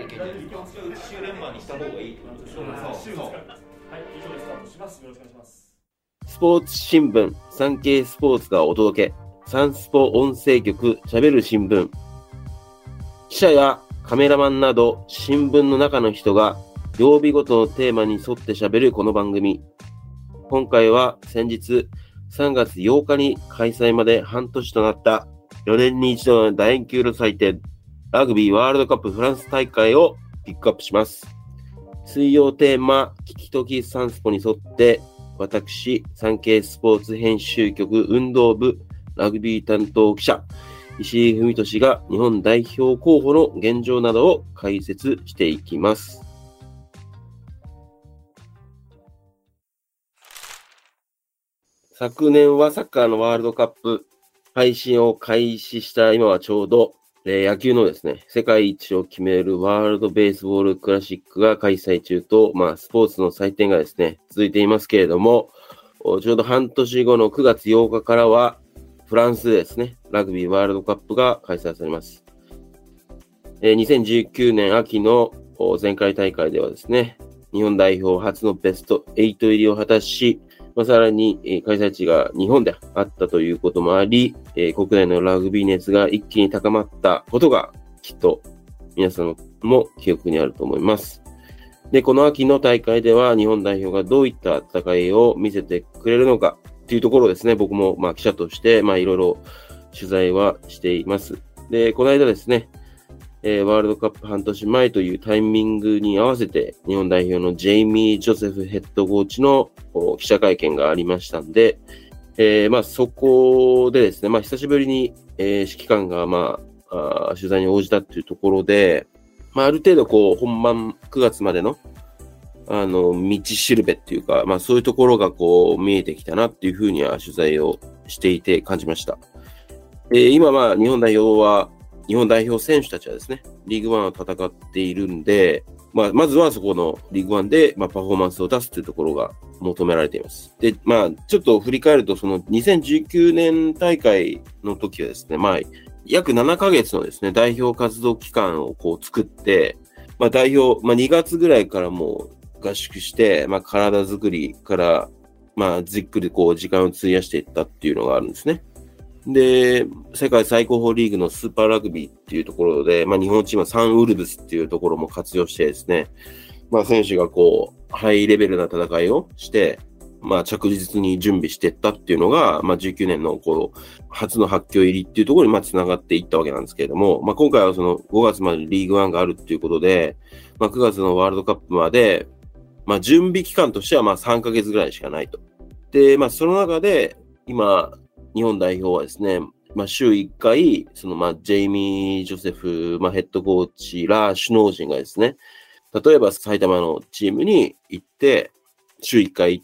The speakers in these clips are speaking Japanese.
いけてる。週連番にした方がいいってことでしょ。そう。 はい、以上でスタートします。よろしくお願いします。 スポーツ新聞、サンケイスポーツがお届け。サンスポ音声局、喋る新聞。記者やカメラマンなど新聞の中の人が曜日ごとのテーマに沿って喋るこの番組。今回は先日3月8日に開催まで半年となった4年に一度の楕円球の祭典、ラグビーワールドカップフランス大会をピックアップします。水曜テーマ、聞きときサンスポに沿って、私、サンケイスポーツ編集局運動部ラグビー担当記者、石井文俊が日本代表候補の現状などを解説していきます。昨年はサッカーのワールドカップ配信を開始した今はちょうど、野球のですね、世界一を決めるワールドベースボールクラシックが開催中と、スポーツの祭典がですね、続いていますけれども、ちょうど半年後の9月8日からは、フランスでですね、ラグビーワールドカップが開催されます。2019年秋の前回大会ではですね、日本代表初のベスト8入りを果たし、さらに開催地が日本であったということもあり、国内のラグビー熱が一気に高まったことがきっと皆さんも記憶にあると思います。で、この秋の大会では日本代表がどういった戦いを見せてくれるのかというところですね、僕も記者としていろいろ取材はしています。で、この間ですね、ワールドカップ半年前というタイミングに合わせて日本代表のジェイミー・ジョセフヘッドコーチの記者会見がありましたんで、そこでですね、久しぶりに、指揮官が取材に応じたっていうところで、ある程度本番9月までの道しるべっていうか、そういうところが見えてきたなっていうふうには取材をしていて感じました。今日本代表選手たちはですね、リーグワンを戦っているんで、まずはそこのリーグワンで、パフォーマンスを出すというところが求められています。で、ちょっと振り返ると、その2019年大会の時はですね、約7ヶ月のですね、代表活動期間を作って、代表、2月ぐらいからもう合宿して、体作りから、じっくり時間を費やしていったっていうのがあるんですね。で、世界最高峰リーグのスーパーラグビーっていうところで、日本チームはサンウルブスっていうところも活用してですね、選手がハイレベルな戦いをして、着実に準備していったっていうのが、19年の初の発狂入りっていうところに繋がっていったわけなんですけれども、今回はその5月までリーグワンがあるっていうことで、9月のワールドカップまで、準備期間としては3ヶ月ぐらいしかないと。で、その中で、今、日本代表はですね、週1回、そのジェイミー・ジョセフ、ヘッドコーチら首脳陣がですね、例えば埼玉のチームに行って、週1回行って、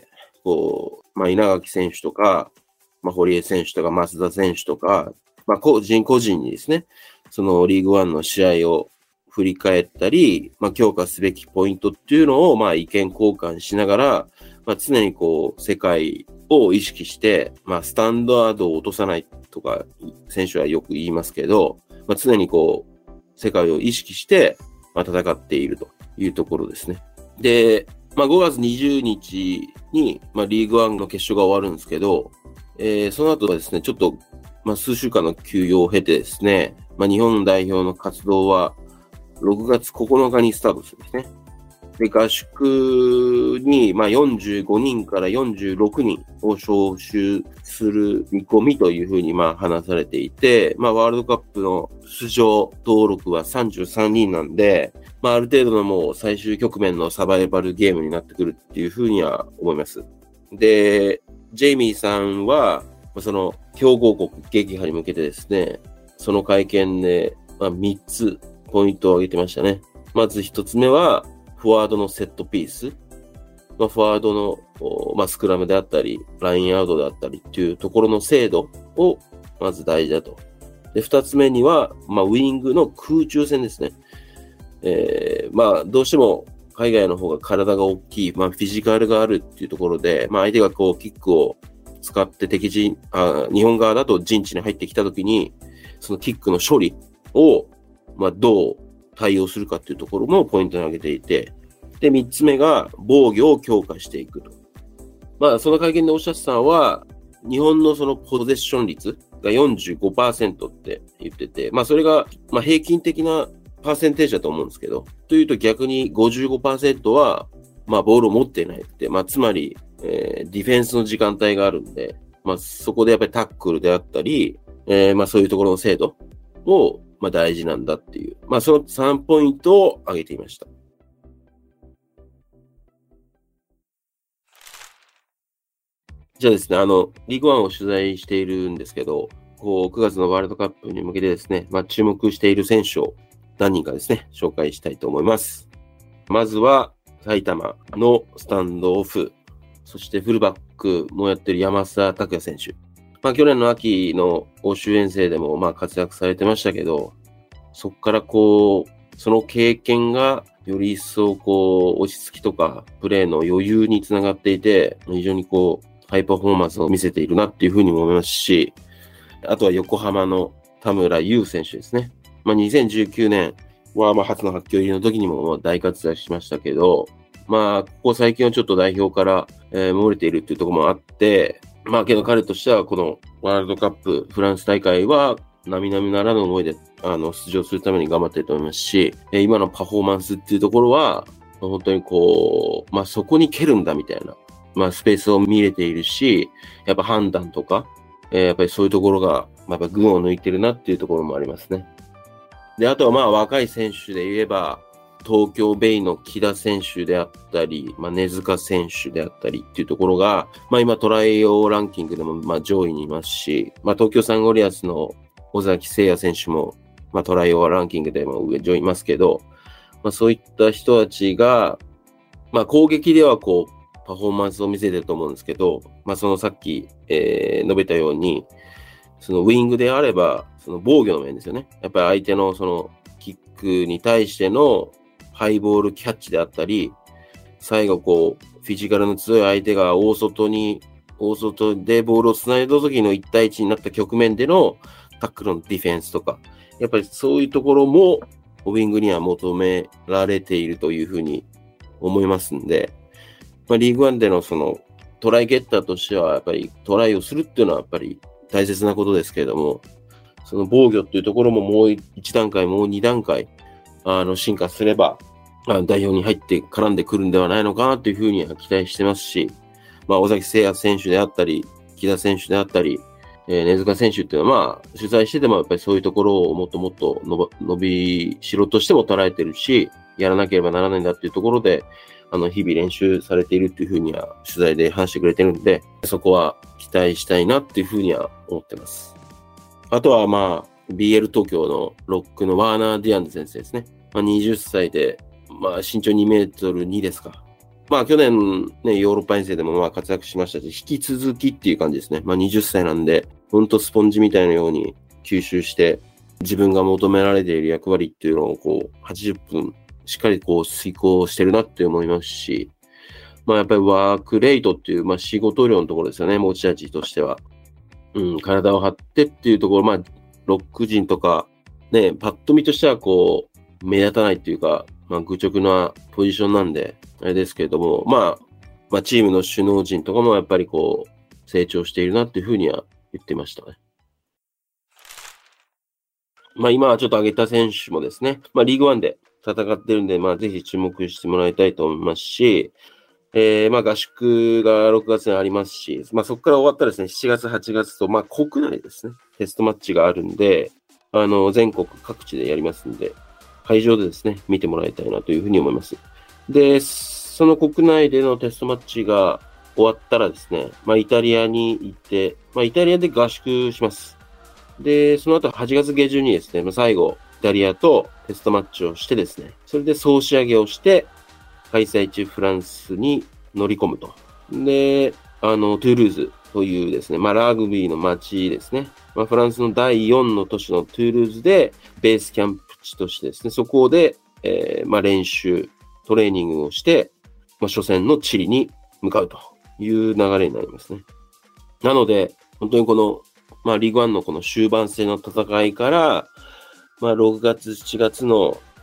稲垣選手とか、堀江選手とか、増田選手とか、個人にですね、そのリーグワンの試合を振り返ったり、強化すべきポイントっていうのを、意見交換しながら、常に世界を意識して、スタンダードを落とさないとか、選手はよく言いますけど、常に世界を意識して、戦っているというところですね。で、5月20日に、リーグワンの決勝が終わるんですけど、その後はですね、ちょっと、数週間の休養を経てですね、日本代表の活動は6月9日にスタートするんですね。で、合宿に、45人から46人を招集する見込みというふうに、話されていて、ワールドカップの出場登録は33人なんで、ある程度のもう最終局面のサバイバルゲームになってくるっていうふうには思います。で、ジェイミーさんは、その強豪国撃破に向けてですね、その会見で、3つポイントを挙げてましたね。まず1つ目は、フォワードのセットピース。フォワードの、スクラムであったり、ラインアウトであったりっていうところの精度を、まず大事だと。で、2つ目には、ウイングの空中戦ですね。どうしても海外の方が体が大きい、フィジカルがあるっていうところで、相手がキックを使って日本側だと陣地に入ってきたときに、そのキックの処理を、どう対応するかっていうところもポイントに挙げていて、で、3つ目が防御を強化していくと。まあ、その会見でおっしゃってたのは、日本のそのポゼッション率が 45% って言ってて、まあ、それが、まあ、平均的なパーセンテージだと思うんですけど、というと逆に 55% は、まあ、ボールを持っていないって、まあ、つまり、ディフェンスの時間帯があるんで、まあ、そこでやっぱりタックルであったり、まあ、そういうところの精度を、まあ、大事なんだっていう、まあ、その3ポイントを挙げていました。じゃあですね、リーグワンを取材しているんですけど、9月のワールドカップに向けてですね、まあ、注目している選手を何人かですね、紹介したいと思います。まずは、埼玉のスタンドオフ、そしてフルバックもやってる山沢拓也選手。まあ、去年の秋の欧州遠征でもまあ活躍されてましたけど、そこからその経験がより一層落ち着きとかプレーの余裕につながっていて、非常にハイパフォーマンスを見せているなっていうふうにも思いますし、あとは横浜の田村優選手ですね。まあ、2019年は初の発表入りの時にも大活躍しましたけど、まあ、ここ最近はちょっと代表から、漏れているっていうところもあって、まあ、けど彼としてはこのワールドカップフランス大会は並々ならぬ思いで出場するために頑張っていると思いますし、今のパフォーマンスっていうところは、本当にまあ、そこに蹴るんだみたいな、まあ、スペースを見れているし、やっぱ判断とか、やっぱりそういうところが、やっぱ群を抜いてるなっていうところもありますね。で、あとはまあ若い選手で言えば、東京ベイの木田選手であったり、まあ根塚選手であったりっていうところが、まあ今トライ王ランキングでもまあ上位にいますし、まあ東京サンゴリアスの尾崎誠也選手も、まあトライ王ランキングでも上にいますけど、まあそういった人たちが、まあ攻撃ではパフォーマンスを見せてると思うんですけど、まあそのさっき、述べたように、そのウィングであれば、その防御の面ですよね。やっぱり相手のそのキックに対してのハイボールキャッチであったり、最後フィジカルの強い相手が大外でボールを繋いだ時の1対1になった局面でのタックルのディフェンスとか、やっぱりそういうところもウィングには求められているというふうに思いますんで、まあ、リーグワンでのそのトライゲッターとしてはやっぱりトライをするっていうのはやっぱり大切なことですけれども、その防御っていうところももう1段階、もう2段階、進化すれば、代表に入って絡んでくるんではないのかなというふうには期待してますし、まあ、尾崎誠也選手であったり、木田選手であったり、根塚選手っていうのは、まあ、取材しててもやっぱりそういうところをもっともっと伸びしろとしても捉えてるし、やらなければならないんだっていうところで、日々練習されているっていうふうには取材で話してくれてるんで、そこは期待したいなっていうふうには思ってます。あとはまあ、BL 東京のロックのワーナー・ディアンズ先生ですね。まあ、20歳で、まあ身長2メートル2ですか。まあ去年ね、ヨーロッパ遠征でもまあ活躍しましたし、引き続きっていう感じですね。まあ20歳なんで、ほんとスポンジみたいなように吸収して、自分が求められている役割っていうのを80分しっかり遂行してるなって思いますし、まあやっぱりワークレイトっていう、まあ仕事量のところですよね、持ち味としては。体を張ってっていうところ、まあ、ロック陣とか、ね、パッと見としては目立たないっていうか、まあ、愚直なポジションなんで、あれですけれども、まあ、チームの首脳陣とかもやっぱり成長しているなっていうふうには言ってましたね。まあ、今はちょっと挙げた選手もですね、まあ、リーグワンで戦ってるんで、まあ、ぜひ注目してもらいたいと思いますし、まあ合宿が6月にありますし、まあそこから終わったらですね、7月、8月と、まあ国内ですね、テストマッチがあるんで、全国各地でやりますんで、会場でですね、見てもらいたいなというふうに思います。で、その国内でのテストマッチが終わったらですね、まあイタリアに行って、まあイタリアで合宿します。で、その後8月下旬にですね、まあ、最後、イタリアとテストマッチをしてですね、それで総仕上げをして、開催中フランスに乗り込むと。で、トゥールーズというですね、まあラグビーの街ですね。まあフランスの第4の都市のトゥールーズでベースキャンプ地としてですね、そこで、まあ練習、トレーニングをして、まあ初戦のチリに向かうという流れになりますね。なので、本当にまあリーグワンのこの終盤戦の戦いから、まあ6月、7月の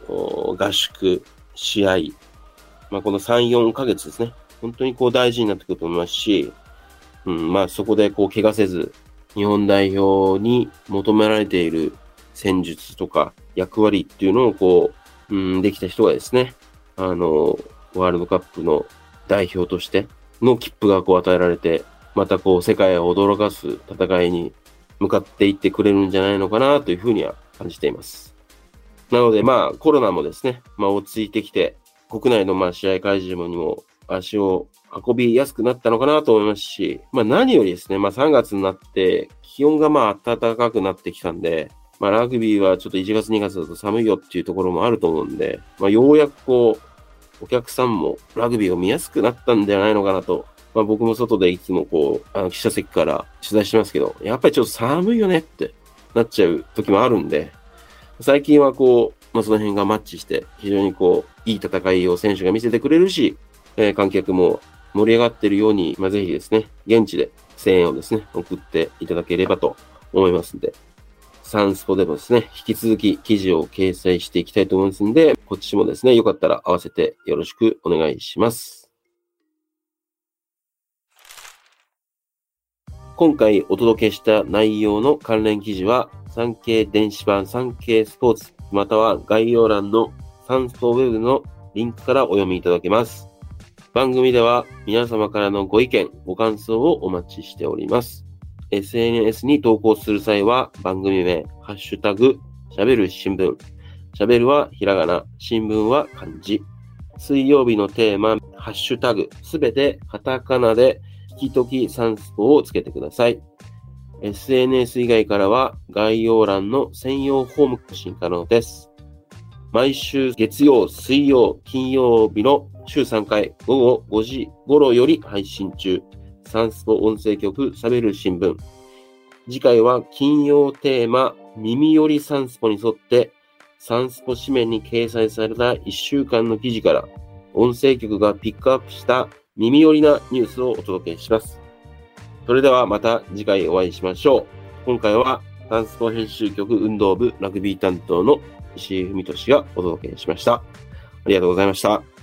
合宿、試合、この3、4ヶ月ですね。本当に大事になってくると思いますし、そこで怪我せず、日本代表に求められている戦術とか役割っていうのをできた人がですね、ワールドカップの代表としての切符が与えられて、また世界を驚かす戦いに向かっていってくれるんじゃないのかなというふうには感じています。なのでコロナもですね、落ち着いてきて、国内の試合会場にも足を運びやすくなったのかなと思いますし、何よりですね、3月になって気温が暖かくなってきたんで、ラグビーはちょっと1月2月だと寒いよっていうところもあると思うんで、ようやくお客さんもラグビーを見やすくなったんじゃないのかなと、僕も外でいつも記者席から取材してますけど、やっぱりちょっと寒いよねってなっちゃう時もあるんで、最近はその辺がマッチして、非常にいい戦いを選手が見せてくれるし、観客も盛り上がっているように、ぜひですね、現地で声援をですね、送っていただければと思いますんで、サンスポでもですね、引き続き記事を掲載していきたいと思いますんで、こっちもですね、よかったら合わせてよろしくお願いします。今回お届けした内容の関連記事は、産経電子版産経スポーツ、または概要欄のサンスポウェブのリンクからお読みいただけます。番組では皆様からのご意見、ご感想をお待ちしております。SNS に投稿する際は番組名、ハッシュタグ、しゃべる新聞。しゃべるはひらがな、新聞は漢字。水曜日のテーマ、ハッシュタグ、すべてカタカナで、引きときサンスポをつけてください。SNS 以外からは概要欄の専用フォーム更新可能です。毎週月曜、水曜、金曜日の週3回午後5時頃より配信中。サンスポ音声局しゃべる新聞。次回は金曜テーマ耳よりサンスポに沿ってサンスポ紙面に掲載された1週間の記事から音声局がピックアップした耳寄りなニュースをお届けします。それではまた次回お会いしましょう。今回はサンスポ編集局運動部ラグビー担当の石井文俊がお届けしました。ありがとうございました。